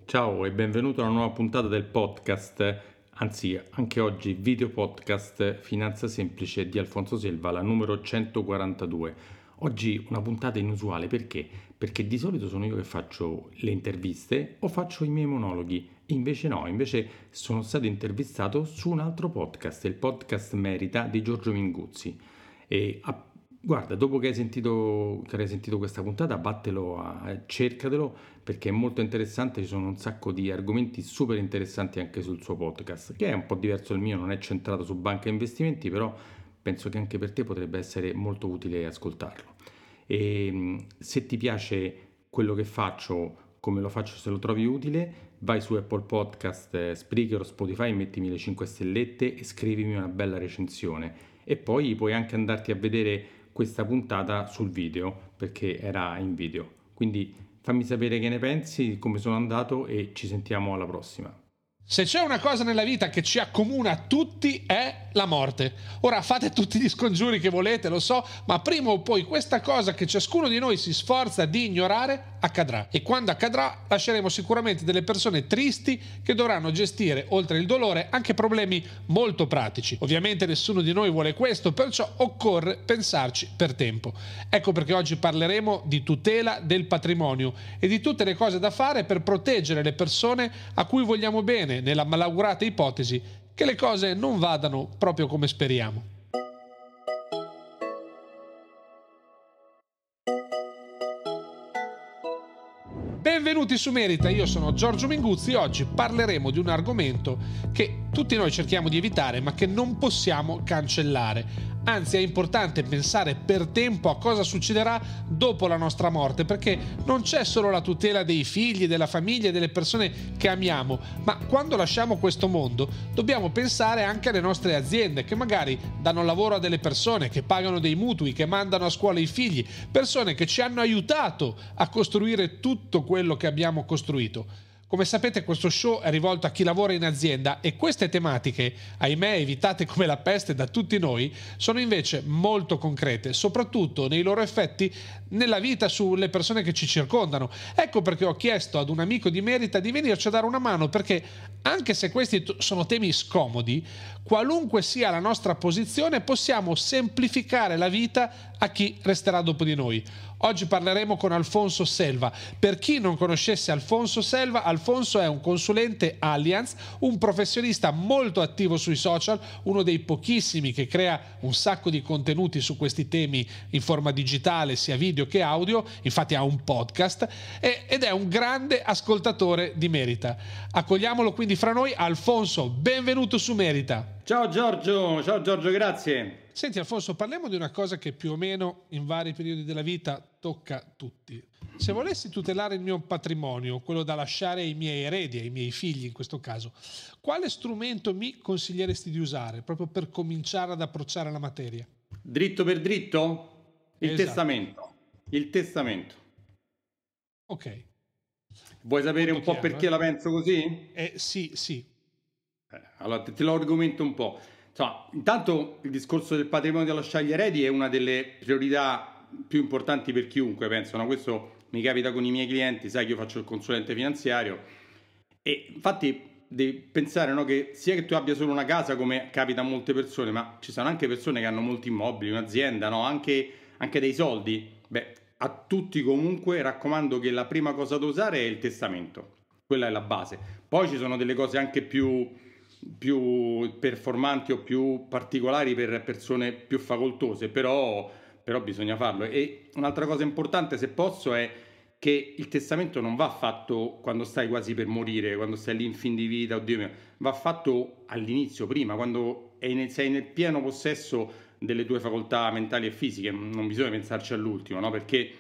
Ciao e benvenuto a una nuova puntata del podcast, anzi anche oggi video podcast Finanza Semplice di Alfonso Selva, la numero 142. Oggi una puntata inusuale perché? Perché di solito sono io che faccio le interviste o faccio i miei monologhi, invece no, invece sono stato intervistato su un altro podcast, il podcast Merita di Giorgio Minguzzi. Guarda, dopo che avrai sentito questa puntata, cercatelo perché è molto interessante, ci sono un sacco di argomenti super interessanti anche sul suo podcast, che è un po' diverso dal mio, non è centrato su banca e investimenti, però penso che anche per te potrebbe essere molto utile ascoltarlo. Se ti piace quello che faccio, come lo faccio, se lo trovi utile, vai su Apple Podcast, Spreaker o Spotify, mettimi le 5 stellette e scrivimi una bella recensione. E poi puoi anche andarti a vedere questa puntata sul video, perché era in video. Quindi fammi sapere che ne pensi, come sono andato e ci sentiamo alla prossima. Se c'è una cosa nella vita che ci accomuna a tutti è la morte. Ora fate tutti gli scongiuri che volete, lo so, ma prima o poi questa cosa che ciascuno di noi si sforza di ignorare accadrà. E quando accadrà lasceremo sicuramente delle persone tristi che dovranno gestire, oltre il dolore, anche problemi molto pratici. Ovviamente nessuno di noi vuole questo, perciò occorre pensarci per tempo. Ecco perché oggi parleremo di tutela del patrimonio e di tutte le cose da fare per proteggere le persone a cui vogliamo bene, nella malaugurata ipotesi che le cose non vadano proprio come speriamo. Benvenuti su Merita, io sono Giorgio Minguzzi e oggi parleremo di un argomento che tutti noi cerchiamo di evitare ma che non possiamo cancellare. Anzi, è importante pensare per tempo a cosa succederà dopo la nostra morte, perché non c'è solo la tutela dei figli, della famiglia e delle persone che amiamo, ma quando lasciamo questo mondo dobbiamo pensare anche alle nostre aziende che magari danno lavoro a delle persone, che pagano dei mutui, che mandano a scuola i figli, persone che ci hanno aiutato a costruire tutto quello che abbiamo costruito. Come sapete, questo show è rivolto a chi lavora in azienda e queste tematiche, ahimè evitate come la peste da tutti noi, sono invece molto concrete, soprattutto nei loro effetti nella vita sulle persone che ci circondano. Ecco perché ho chiesto ad un amico di Merita di venirci a dare una mano, perché anche se questi sono temi scomodi, qualunque sia la nostra posizione, possiamo semplificare la vita a chi resterà dopo di noi. Oggi parleremo con Alfonso Selva. Per chi non conoscesse Alfonso Selva, Alfonso è un consulente Allianz, un professionista molto attivo sui social, uno dei pochissimi che crea un sacco di contenuti su questi temi in forma digitale, sia video che audio, infatti ha un podcast ed è un grande ascoltatore di Merita. Accogliamolo quindi fra noi. Alfonso, benvenuto su Merita. Ciao Giorgio, grazie. Senti Alfonso, parliamo di una cosa che più o meno in vari periodi della vita tocca tutti. Se volessi tutelare il mio patrimonio, quello da lasciare ai miei eredi, ai miei figli in questo caso, quale strumento mi consiglieresti di usare proprio per cominciare ad approcciare la materia? Dritto per dritto? Esatto. Il testamento. Ok. Vuoi sapere Molto un po' chiaro, perché la penso così? Sì. Allora te lo argomento un po'. Insomma, intanto il discorso del patrimonio da lasciare agli eredi è una delle priorità più importanti per chiunque, penso, no? Questo mi capita con i miei clienti, sai che io faccio il consulente finanziario e infatti devi pensare, no, che sia che tu abbia solo una casa, come capita a molte persone, ma ci sono anche persone che hanno molti immobili, un'azienda, no? Anche dei soldi. Beh, a tutti comunque raccomando che la prima cosa da usare è il testamento, quella è la base. Poi ci sono delle cose anche più performanti o più particolari per persone più facoltose, però bisogna farlo. E un'altra cosa importante, se posso, è che il testamento non va fatto quando stai quasi per morire, quando stai lì in fin di vita, oddio mio, va fatto all'inizio, prima, quando sei nel pieno possesso delle tue facoltà mentali e fisiche. Non bisogna pensarci all'ultimo, no? Perché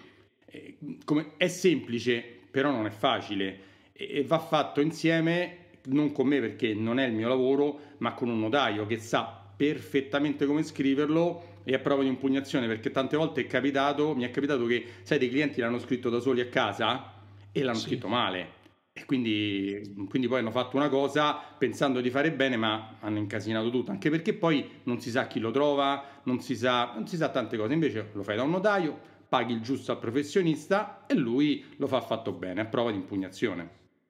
è semplice, però non è facile e va fatto insieme, non con me perché non è il mio lavoro, ma con un notaio che sa perfettamente come scriverlo e a prova di impugnazione, perché tante volte mi è capitato che, sai, dei clienti l'hanno scritto da soli a casa e l'hanno scritto male e quindi poi hanno fatto una cosa pensando di fare bene, ma hanno incasinato tutto, anche perché poi non si sa chi lo trova, non si sa tante cose. Invece lo fai da un notaio, paghi il giusto al professionista e lui lo fa fatto bene a prova di impugnazione.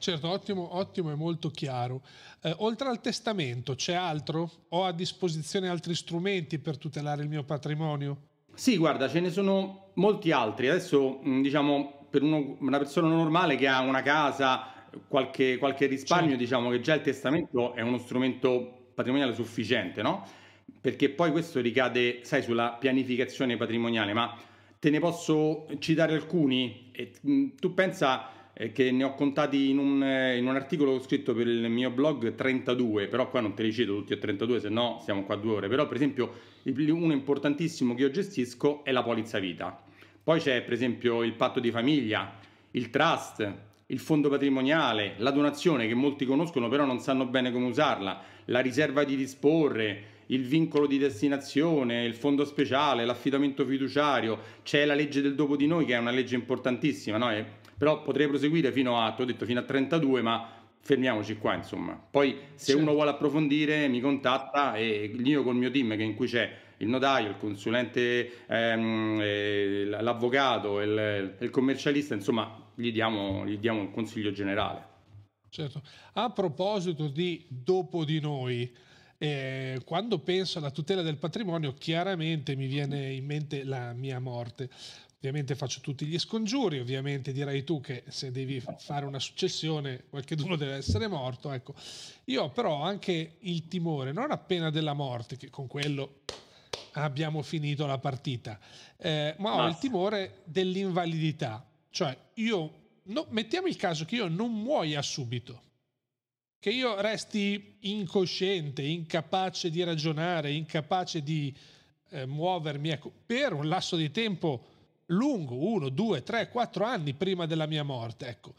Certo, ottimo, ottimo e molto chiaro. Oltre al testamento, c'è altro? Ho a disposizione altri strumenti per tutelare il mio patrimonio? Sì, guarda, ce ne sono molti altri. Adesso, diciamo, per una persona normale che ha una casa, qualche risparmio, Certo, diciamo che già il testamento è uno strumento patrimoniale sufficiente, no? Perché poi questo ricade, sai, sulla pianificazione patrimoniale, ma te ne posso citare alcuni. Tu pensa che ne ho contati in un articolo che ho scritto per il mio blog 32, però qua non te li cito tutti e 32, se no stiamo qua 2 ore. Però, per esempio, uno importantissimo che io gestisco è la polizza vita. Poi c'è per esempio il patto di famiglia, il trust, il fondo patrimoniale, la donazione che molti conoscono però non sanno bene come usarla, la riserva di disporre, il vincolo di destinazione, il fondo speciale, l'affidamento fiduciario, c'è la legge del dopo di noi che è una legge importantissima, no? Però potrei proseguire ti ho detto, fino a 32, ma fermiamoci qua, insomma. Poi se uno certo. vuole approfondire mi contatta e io col mio team, che in cui c'è il notaio, il consulente, l'avvocato, il commercialista, insomma, gli diamo un consiglio generale. Certo. A proposito di dopo di noi, quando penso alla tutela del patrimonio, chiaramente mi viene in mente la mia morte. Ovviamente faccio tutti gli scongiuri, ovviamente dirai tu che se devi fare una successione, qualcheduno deve essere morto. Ecco, io però ho anche il timore, non appena della morte, che con quello abbiamo finito la partita, ma ho il Basta. timore dell'invalidità. Cioè, mettiamo il caso che io non muoia subito, che io resti incosciente, incapace di ragionare, incapace di muovermi, ecco, per un lasso di tempo lungo, 1, 2, 3, 4 anni prima della mia morte, ecco.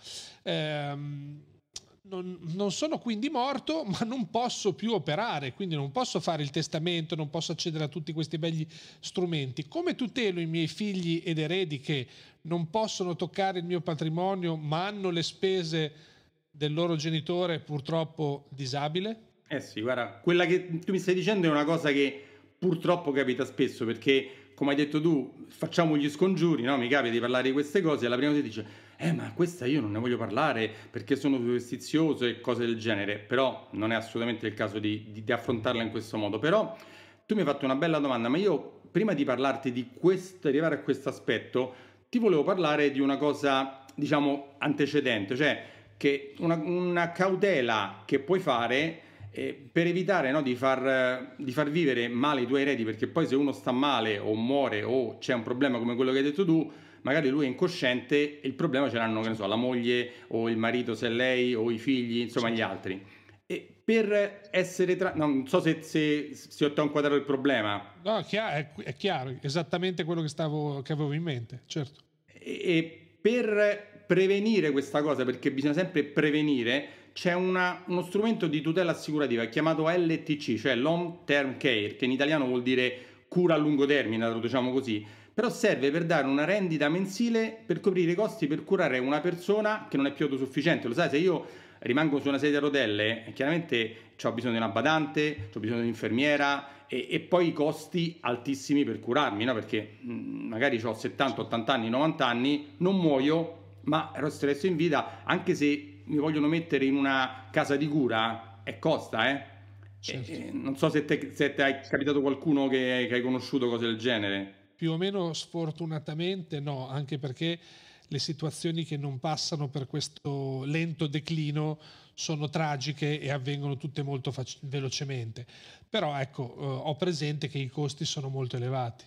Non sono quindi morto, ma non posso più operare, quindi non posso fare il testamento, non posso accedere a tutti questi begli strumenti. Come tutelo i miei figli ed eredi che non possono toccare il mio patrimonio, ma hanno le spese del loro genitore purtroppo disabile? Eh sì, guarda, quella che tu mi stai dicendo è una cosa che purtroppo capita spesso perché, come hai detto tu, facciamo gli scongiuri, no? Mi capita di parlare di queste cose e la prima cosa dice, ma questa io non ne voglio parlare perché sono superstizioso e cose del genere, però non è assolutamente il caso di affrontarla in questo modo. Però tu mi hai fatto una bella domanda, ma io prima di parlarti di questo, arrivare a questo aspetto, ti volevo parlare di una cosa, diciamo, antecedente, cioè che una cautela che puoi fare per evitare, no, di far vivere male i tuoi eredi, perché poi se uno sta male o muore o c'è un problema come quello che hai detto tu, magari lui è incosciente e il problema ce l'hanno, che ne so, la moglie o il marito se è lei o i figli, insomma gli altri. E per essere no, non so se ho inquadrato il problema. No, è chiaro, esattamente quello che avevo in mente, certo. E per prevenire questa cosa, perché bisogna sempre prevenire, c'è uno strumento di tutela assicurativa chiamato LTC, cioè Long Term Care, che in italiano vuol dire cura a lungo termine, la traduciamo così, però serve per dare una rendita mensile per coprire i costi per curare una persona che non è più autosufficiente. Lo sai, se io rimango su una sedia a rotelle, chiaramente ho bisogno di una badante, ho bisogno di un'infermiera e poi i costi altissimi per curarmi, no? Perché magari ho 70, 80 anni, 90 anni, non muoio, ma resto in vita, anche se mi vogliono mettere in una casa di cura, costa, eh? Certo. Non so se ti è capitato qualcuno che hai conosciuto cose del genere. Più o meno sfortunatamente no, anche perché le situazioni che non passano per questo lento declino sono tragiche e avvengono tutte molto velocemente. Però ecco, ho presente che i costi sono molto elevati.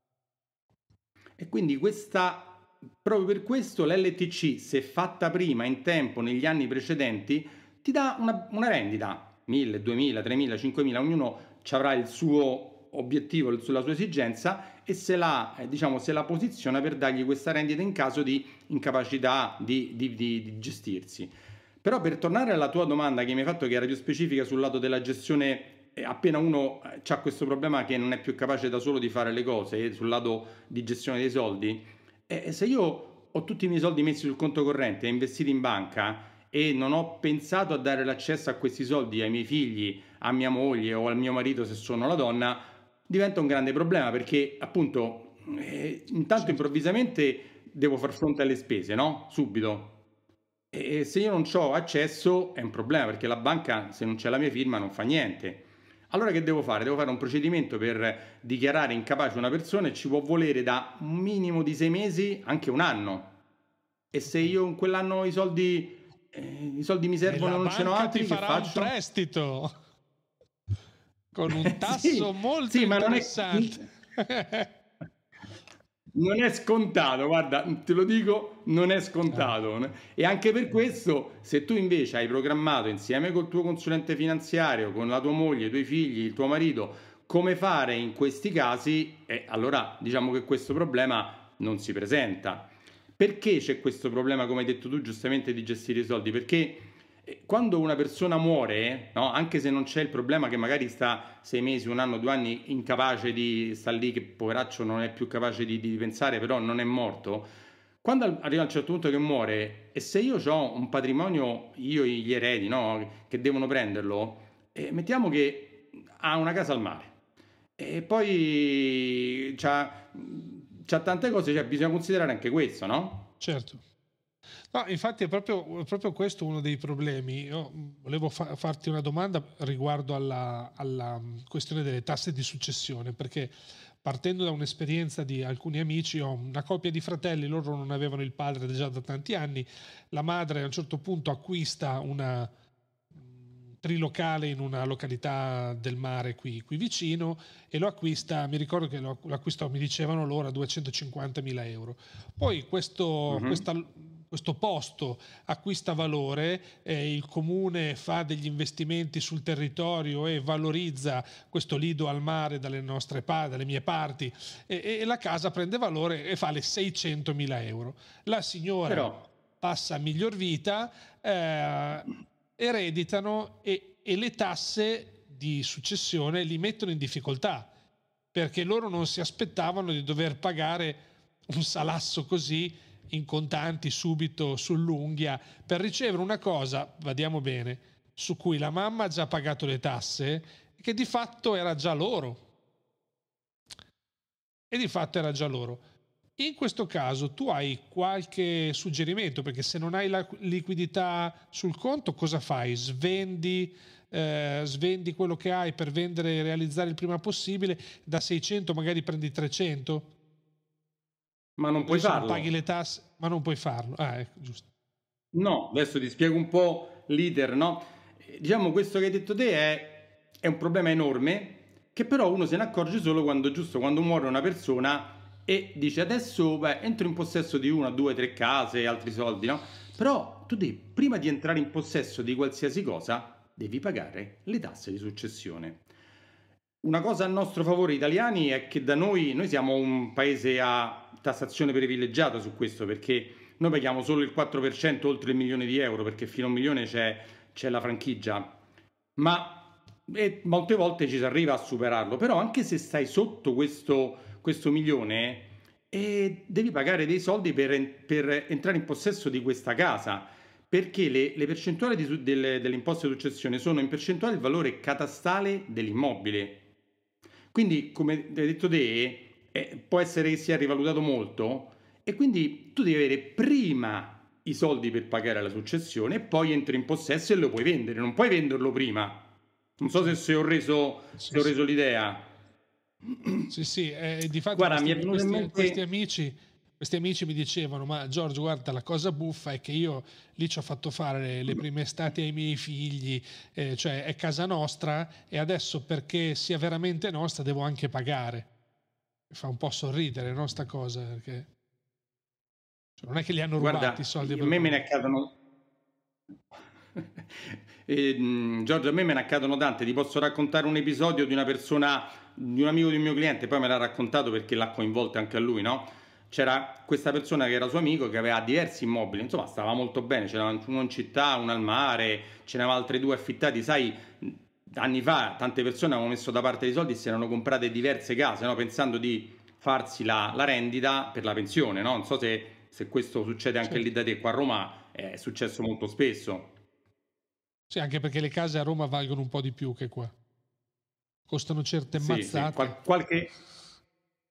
E quindi proprio per questo l'LTC, se fatta prima, in tempo, negli anni precedenti, ti dà una rendita, 1000, 2000, 3000, 5000, ognuno ci avrà il suo obiettivo, la sua esigenza e diciamo, se la posiziona per dargli questa rendita in caso di incapacità di gestirsi. Però per tornare alla tua domanda che mi hai fatto, che era più specifica sul lato della gestione, appena uno ha questo problema che non è più capace da solo di fare le cose, sul lato di gestione dei soldi, se io ho tutti i miei soldi messi sul conto corrente e investiti in banca e non ho pensato a dare l'accesso a questi soldi ai miei figli, a mia moglie o al mio marito se sono la donna, diventa un grande problema perché appunto intanto Certo. improvvisamente devo far fronte alle spese, no? Subito. E se io non ho accesso è un problema perché la banca, se non c'è la mia firma, non fa niente. Allora che devo fare? Devo fare un procedimento per dichiarare incapace una persona e ci può volere da un minimo di 6 mesi anche un anno. E se io in quell'anno i soldi mi E servono e la non ce n'ho banca ti altri, che farà un faccio? prestito con un tasso Sì, molto sì, ma non è, interessante. non è scontato, guarda, te lo dico, non è Ah, scontato. E anche per questo, se tu invece hai programmato insieme col tuo consulente finanziario, con la tua moglie, i tuoi figli, il tuo marito, come fare in questi casi, allora diciamo che questo problema non si presenta. Perché c'è questo problema, come hai detto tu giustamente, di gestire i soldi? Perché quando una persona muore, no, anche se non c'è il problema che magari sta 6 mesi, un anno, 2 anni incapace di sta lì, che poveraccio non è più capace di pensare, però non è morto. Quando arriva a un certo punto che muore, e se io ho un patrimonio, io e gli eredi, no, che devono prenderlo, mettiamo che ha una casa al mare, e poi c'ha tante cose, cioè bisogna considerare anche questo, no? certo. No, infatti è proprio questo uno dei problemi. Io volevo farti una domanda riguardo alla questione delle tasse di successione, perché partendo da un'esperienza di alcuni amici, ho una coppia di fratelli, loro non avevano il padre già da tanti anni, la madre a un certo punto acquista una trilocale in una località del mare qui vicino e lo acquista, mi ricordo che lo acquistò, mi dicevano loro, a 250.000 euro. Poi Mhm. questo posto acquista valore, il comune fa degli investimenti sul territorio e valorizza questo lido al mare dalle mie parti e la casa prende valore e fa le 600.000 euro. La signora Però, passa a miglior vita, ereditano e le tasse di successione li mettono in difficoltà perché loro non si aspettavano di dover pagare un salasso così in contanti subito sull'unghia per ricevere una cosa, vadiamo bene, su cui la mamma ha già pagato le tasse che di fatto era già loro. E di fatto era già loro. In questo caso tu hai qualche suggerimento perché se non hai la liquidità sul conto cosa fai? Svendi quello che hai per vendere e realizzare il prima possibile, da 600 magari prendi 300? ma non Così puoi se non paghi farlo. le tasse, ma non puoi farlo. Ah, ecco, giusto. No, adesso ti spiego un po' l'iter, no? Diciamo, questo che hai detto te è un problema enorme, che però uno se ne accorge solo quando, giusto, quando muore una persona e dice adesso, beh, entro in possesso di una, due, tre case, altri soldi, no? Però tu devi, prima di entrare in possesso di qualsiasi cosa, devi pagare le tasse di successione. Una cosa a nostro favore italiani è che da noi siamo un paese a tassazione privilegiata su questo, perché noi paghiamo solo il 4% oltre il milione di euro, perché fino a un milione c'è la franchigia, ma molte volte ci si arriva a superarlo. Però anche se stai sotto questo milione, devi pagare dei soldi per entrare in possesso di questa casa, perché le percentuali delle imposte di successione sono in percentuale del valore catastale dell'immobile. Quindi, come hai detto te, può essere che sia rivalutato molto e quindi tu devi avere prima i soldi per pagare la successione e poi entri in possesso e lo puoi vendere, non puoi venderlo prima. Non so se, Certo. se ho reso, se Sì, ho sì. reso l'idea. Sì, sì, difatti Guarda, mi è venuto in questi amici mi dicevano, ma Giorgio, guarda, la cosa buffa è che io lì ci ho fatto fare le prime estate ai miei figli, cioè è casa nostra e adesso perché sia veramente nostra devo anche pagare. Mi fa un po' sorridere, no, sta cosa, perché cioè, non è che li hanno rubati i guarda, soldi a per me me ne quello. accadono. Giorgio, a me ne accadono tante. Ti posso raccontare un episodio di una persona, di un amico di un mio cliente, poi me l'ha raccontato perché l'ha coinvolto anche a lui, no? C'era questa persona che era suo amico che aveva diversi immobili, insomma, stava molto bene. C'era uno in città, uno al mare, ce n'aveva altri due affittati. Sai, anni fa tante persone avevano messo da parte dei soldi e si erano comprate diverse case, no? Pensando di farsi la rendita per la pensione, no? Non so se questo succede anche lì Certo. da te, qua a Roma è successo molto spesso. Sì, anche perché le case a Roma valgono un po' di più che qua. Costano certe Sì, sì, mazzate. qualche.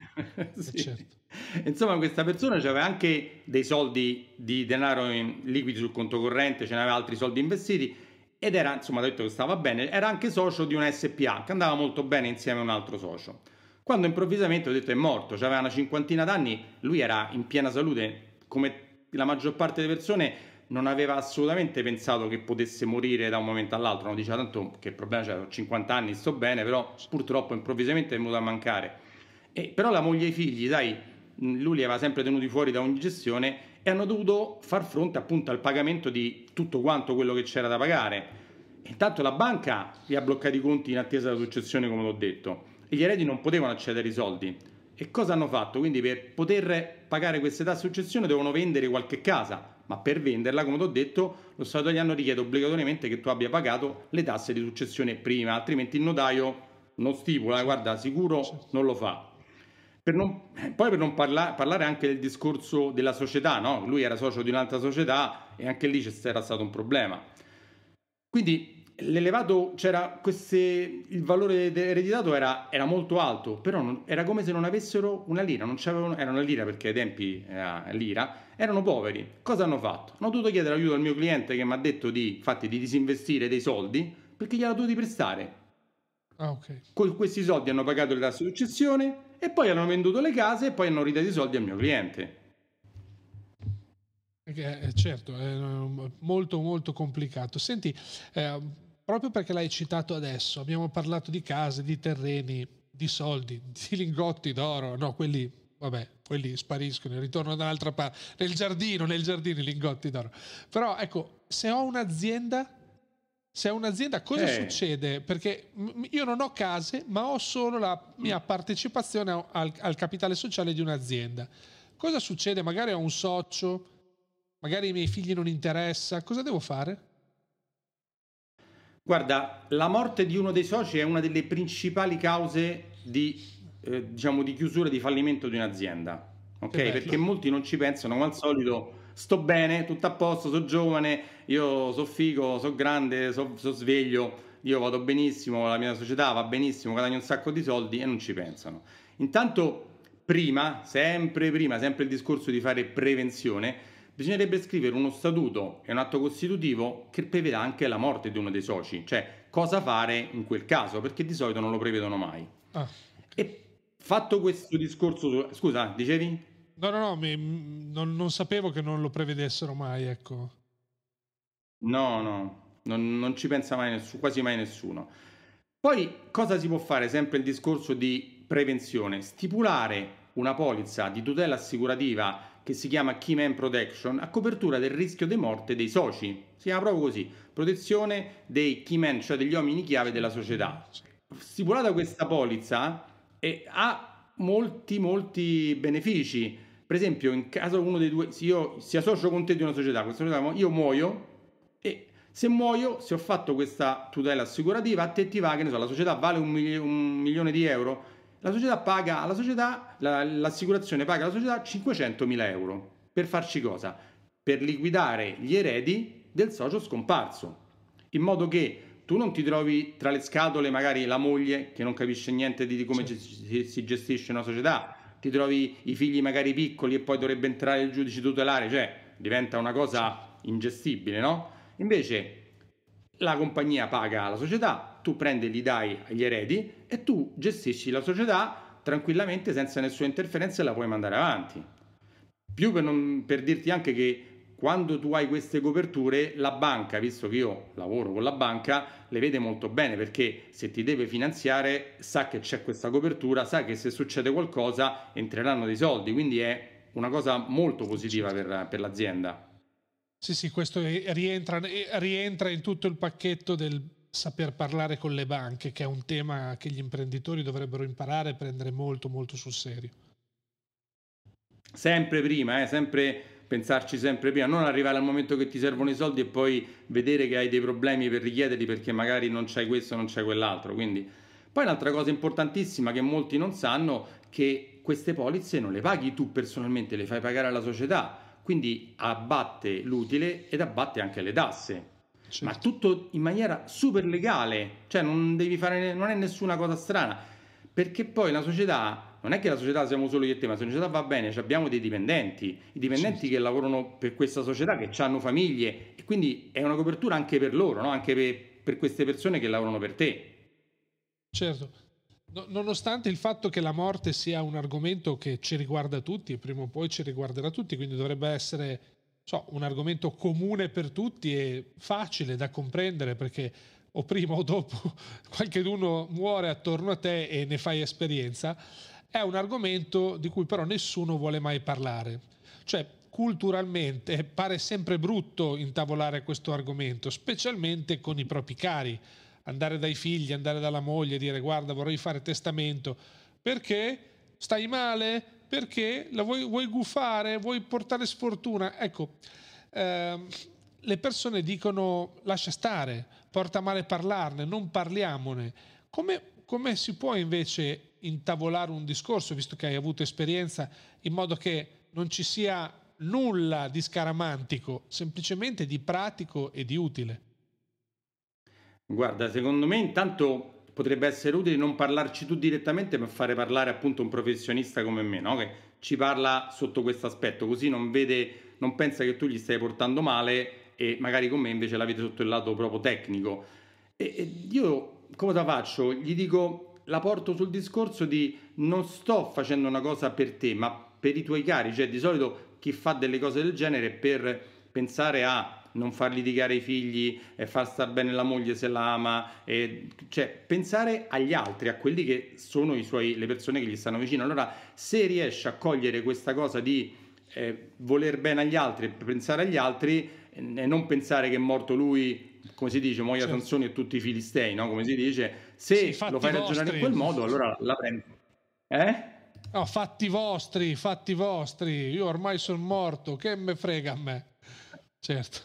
Sì. certo. Insomma, questa persona aveva anche dei soldi di denaro liquidi sul conto corrente, ce n'aveva altri soldi investiti ed era, insomma, ha detto che stava bene, era anche socio di una SPA che andava molto bene insieme a un altro socio. Quando improvvisamente ho detto è morto, aveva una cinquantina d'anni, lui era in piena salute, come la maggior parte delle persone non aveva assolutamente pensato che potesse morire da un momento all'altro, non diceva tanto che il problema c'era, ho 50 anni, sto bene, però purtroppo improvvisamente è venuto a mancare. Però la moglie e i figli, sai, lui li aveva sempre tenuti fuori da ogni gestione e hanno dovuto far fronte appunto al pagamento di tutto quanto quello che c'era da pagare. E intanto la banca li ha bloccati i conti in attesa della successione, come l'ho detto, e gli eredi non potevano accedere ai soldi. E cosa hanno fatto? Quindi per poter pagare queste tasse di successione devono vendere qualche casa, ma per venderla, come ti ho detto, lo Stato italiano richiede obbligatoriamente che tu abbia pagato le tasse di successione prima, altrimenti il notaio non stipula, Sì, guarda, sì. sicuro non lo fa. Poi per non parlare anche del discorso della società, no? Lui era socio di un'altra società e anche lì c'era stato un problema. Quindi l'elevato, il valore ereditato era molto alto, però era come se non avessero una lira, non c'avevano, era una lira perché ai tempi era lira, erano poveri. Cosa hanno fatto? Hanno dovuto chiedere aiuto al mio cliente che mi ha detto infatti, di disinvestire dei soldi perché gliela dovuti prestare. Ah, ok. Con questi soldi hanno pagato le tasse di successione e poi hanno venduto le case e poi hanno ridato i soldi al mio cliente. Certo, è molto molto complicato. Senti, eh, proprio perché l'hai citato adesso, abbiamo parlato di case, di terreni, di soldi, di lingotti d'oro, no, quelli, vabbè, quelli spariscono, ritornano dall'altra parte, nel giardino i lingotti d'oro. Però ecco, se ho un'azienda cosa Eh, succede? Perché io non ho case, ma ho solo la mia partecipazione al capitale sociale di un'azienda. Cosa succede? Magari ho un socio, magari ai miei figli non interessa, cosa devo fare? Guarda, la morte di uno dei soci è una delle principali cause diciamo, di chiusura e di fallimento di un'azienda, Che ok? Perché bello. molti non ci pensano, come al solito, sto bene, tutto a posto, sono giovane, io so figo, so grande, so sveglio, io vado benissimo, la mia società va benissimo, guadagno un sacco di soldi e non ci pensano. Intanto, prima, sempre il discorso di fare prevenzione, bisognerebbe scrivere uno statuto e un atto costitutivo che preveda anche la morte di uno dei soci, cioè cosa fare in quel caso, perché di solito non lo prevedono mai. Ah, ok. E fatto questo discorso, scusa, dicevi? No, no, no, non sapevo che non lo prevedessero mai, ecco. No, no, non ci pensa mai nessuno, quasi mai nessuno. Poi cosa si può fare? Sempre il discorso di prevenzione, stipulare una polizza di tutela assicurativa che si chiama Keyman Protection a copertura del rischio di morte dei soci. Si chiama proprio così, protezione dei keyman, cioè degli uomini chiave della società. Sì. Stipulata questa polizza ha molti benefici. Per esempio, in caso uno dei due, se io sia socio con te di una società, questa società, io muoio e se muoio, se ho fatto questa tutela assicurativa, a te ti va, che ne so, la società vale 1 milione di euro, la società paga alla società, l'assicurazione paga alla società 500.000 euro. Per farci cosa? Per liquidare gli eredi del socio scomparso, in modo che tu non ti trovi tra le scatole magari la moglie che non capisce niente di come Sì. si gestisce una società, ti trovi i figli magari piccoli e poi dovrebbe entrare il giudice tutelare, cioè diventa una Sì. cosa ingestibile, no? Invece la compagnia paga la società, tu prendi e gli dai agli eredi e tu gestisci la società tranquillamente senza nessuna interferenza e la puoi mandare avanti. Più per dirti anche che quando tu hai queste coperture, la banca, visto che io lavoro con la banca, le vede molto bene perché se ti deve finanziare sa che c'è questa copertura, sa che se succede qualcosa entreranno dei soldi, quindi è una cosa molto positiva Certo. per l'azienda. Sì, sì, questo rientra in tutto il pacchetto del saper parlare con le banche, che è un tema che gli imprenditori dovrebbero imparare e prendere molto, molto sul serio. Sempre prima, sempre pensarci sempre prima, non arrivare al momento che ti servono i soldi e poi vedere che hai dei problemi per richiederli perché magari non c'hai questo, non c'hai quell'altro. Quindi, poi un'altra cosa importantissima che molti non sanno è che queste polizze non le paghi tu personalmente, le fai pagare alla società, quindi abbatte l'utile ed abbatte anche le tasse. Ma Certo. tutto in maniera super legale, cioè non devi fare, non è nessuna cosa strana, perché poi la società non è che la società siamo solo io e te, ma la società va bene, abbiamo dei dipendenti, i dipendenti Certo. che lavorano per questa società, che hanno famiglie, e quindi è una copertura anche per loro, no? Anche per queste persone che lavorano per te. Certo. Nonostante il fatto che la morte sia un argomento che ci riguarda tutti e prima o poi ci riguarderà tutti, quindi dovrebbe essere, so, un argomento comune per tutti e facile da comprendere, perché o prima o dopo qualcuno muore attorno a te e ne fai esperienza, è un argomento di cui però nessuno vuole mai parlare. Cioè, culturalmente pare sempre brutto intavolare questo argomento, specialmente con i propri cari. Andare dai figli, andare dalla moglie e dire guarda vorrei fare testamento, perché stai male? Perché la vuoi gufare? Vuoi portare sfortuna? Ecco, le persone dicono lascia stare, porta male parlarne, non parliamone. Come si può invece intavolare un discorso, visto che hai avuto esperienza, in modo che non ci sia nulla di scaramantico, semplicemente di pratico e di utile? Guarda, secondo me intanto potrebbe essere utile non parlarci tu direttamente, ma fare parlare appunto un professionista come me, no? Che ci parla sotto questo aspetto, così non vede, non pensa che tu gli stai portando male e magari con me invece la vede sotto il lato proprio tecnico. E io cosa faccio? Gli dico, la porto sul discorso di non sto facendo una cosa per te, ma per i tuoi cari, cioè di solito chi fa delle cose del genere è per pensare a non far litigare i figli e far star bene la moglie se la ama, cioè pensare agli altri, a quelli che sono le persone che gli stanno vicino. Allora, se riesce a cogliere questa cosa di voler bene agli altri e pensare agli altri e non pensare che è morto lui, come si dice, muoia Certo. Sansone e tutti i filistei, no? Come si dice, Sì, se lo fatti fai ragionare in vostri. quel modo, allora la prendi. Eh? No, fatti vostri, fatti vostri. Io ormai sono morto, che me frega a me. Certo.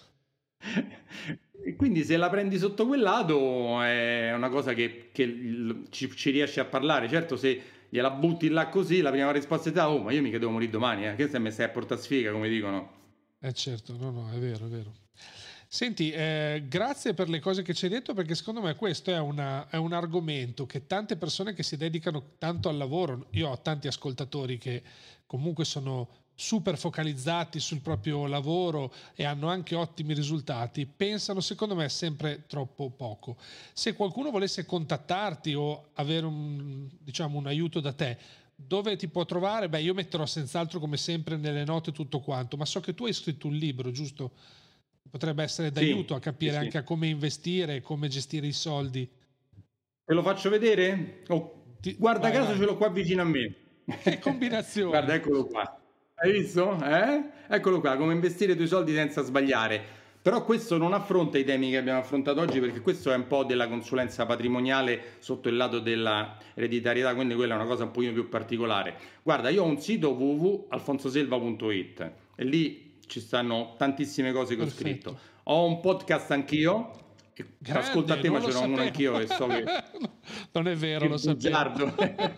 E quindi se la prendi sotto quel lato è una cosa che ci riesci a parlare. Certo, se gliela butti là così, la prima risposta è oh, ma io mica devo morire domani, che se mi stai a portare sfiga, come dicono. Certo, no, è vero, è vero. Senti, grazie per le cose che ci hai detto, perché secondo me questo è un argomento che tante persone che si dedicano tanto al lavoro, io ho tanti ascoltatori che comunque sono super focalizzati sul proprio lavoro e hanno anche ottimi risultati, pensano secondo me sempre troppo poco. Se qualcuno volesse contattarti o avere diciamo, un aiuto da te, dove ti può trovare? Beh, io metterò senz'altro come sempre nelle note tutto quanto, ma so che tu hai scritto un libro, giusto? Potrebbe essere d'aiuto Sì, a sì, capire sì. anche a come investire, come gestire i soldi. Te lo faccio vedere? Oh, guarda Vai, caso ce vai. l'ho qua vicino a me. Che Guarda, combinazione! eccolo qua. Hai visto? Eccolo qua, come investire i tuoi soldi senza sbagliare. Però questo non affronta i temi che abbiamo affrontato oggi, perché questo è un po' della consulenza patrimoniale sotto il lato della ereditarietà, quindi quella è una cosa un pochino più particolare. Guarda, io ho un sito www.alfonsoselva.it e lì ci stanno tantissime cose che ho scritto. Perfetto. Ho un podcast anch'io, che ascolta a Grande, te, ma non lo ce n'ho uno sapevo. anch'io e so Non è vero, che lo sapevo. bugiardo.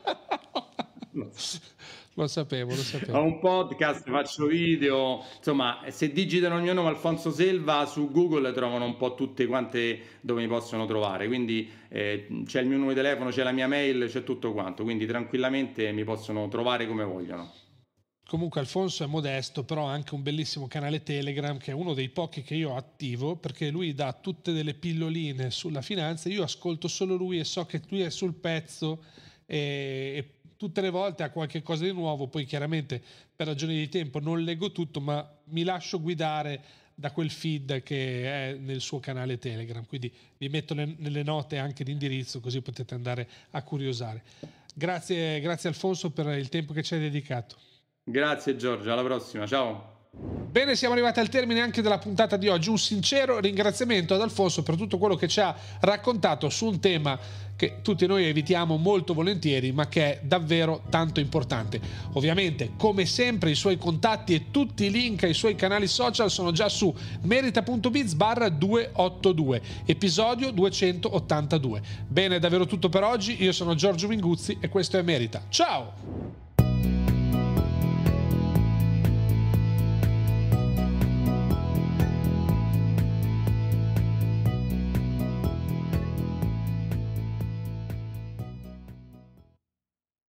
Lo sapevo, lo Ho sapevo. un podcast, faccio video, insomma, se digitano il mio nome Alfonso Selva su Google trovano un po' tutte quante dove mi possono trovare, quindi c'è il mio numero di telefono, c'è la mia mail, c'è tutto quanto, quindi tranquillamente mi possono trovare come vogliono. Comunque Alfonso è modesto, però ha anche un bellissimo canale Telegram che è uno dei pochi che io attivo, perché lui dà tutte delle pilloline sulla finanza, io ascolto solo lui e so che lui è sul pezzo e tutte le volte ha qualche cosa di nuovo, poi chiaramente per ragioni di tempo non leggo tutto, ma mi lascio guidare da quel feed che è nel suo canale Telegram, quindi vi metto nelle note anche l'indirizzo così potete andare a curiosare. Grazie Alfonso per il tempo che ci hai dedicato. Grazie Giorgio, alla prossima, ciao! Bene, siamo arrivati al termine anche della puntata di oggi. Un sincero ringraziamento ad Alfonso per tutto quello che ci ha raccontato su un tema che tutti noi evitiamo molto volentieri, ma che è davvero tanto importante. Ovviamente, come sempre, i suoi contatti e tutti i link ai suoi canali social sono già su merita.biz/282, episodio 282. Bene, è davvero tutto per oggi. Io sono Giorgio Minguzzi e questo è Merita. Ciao!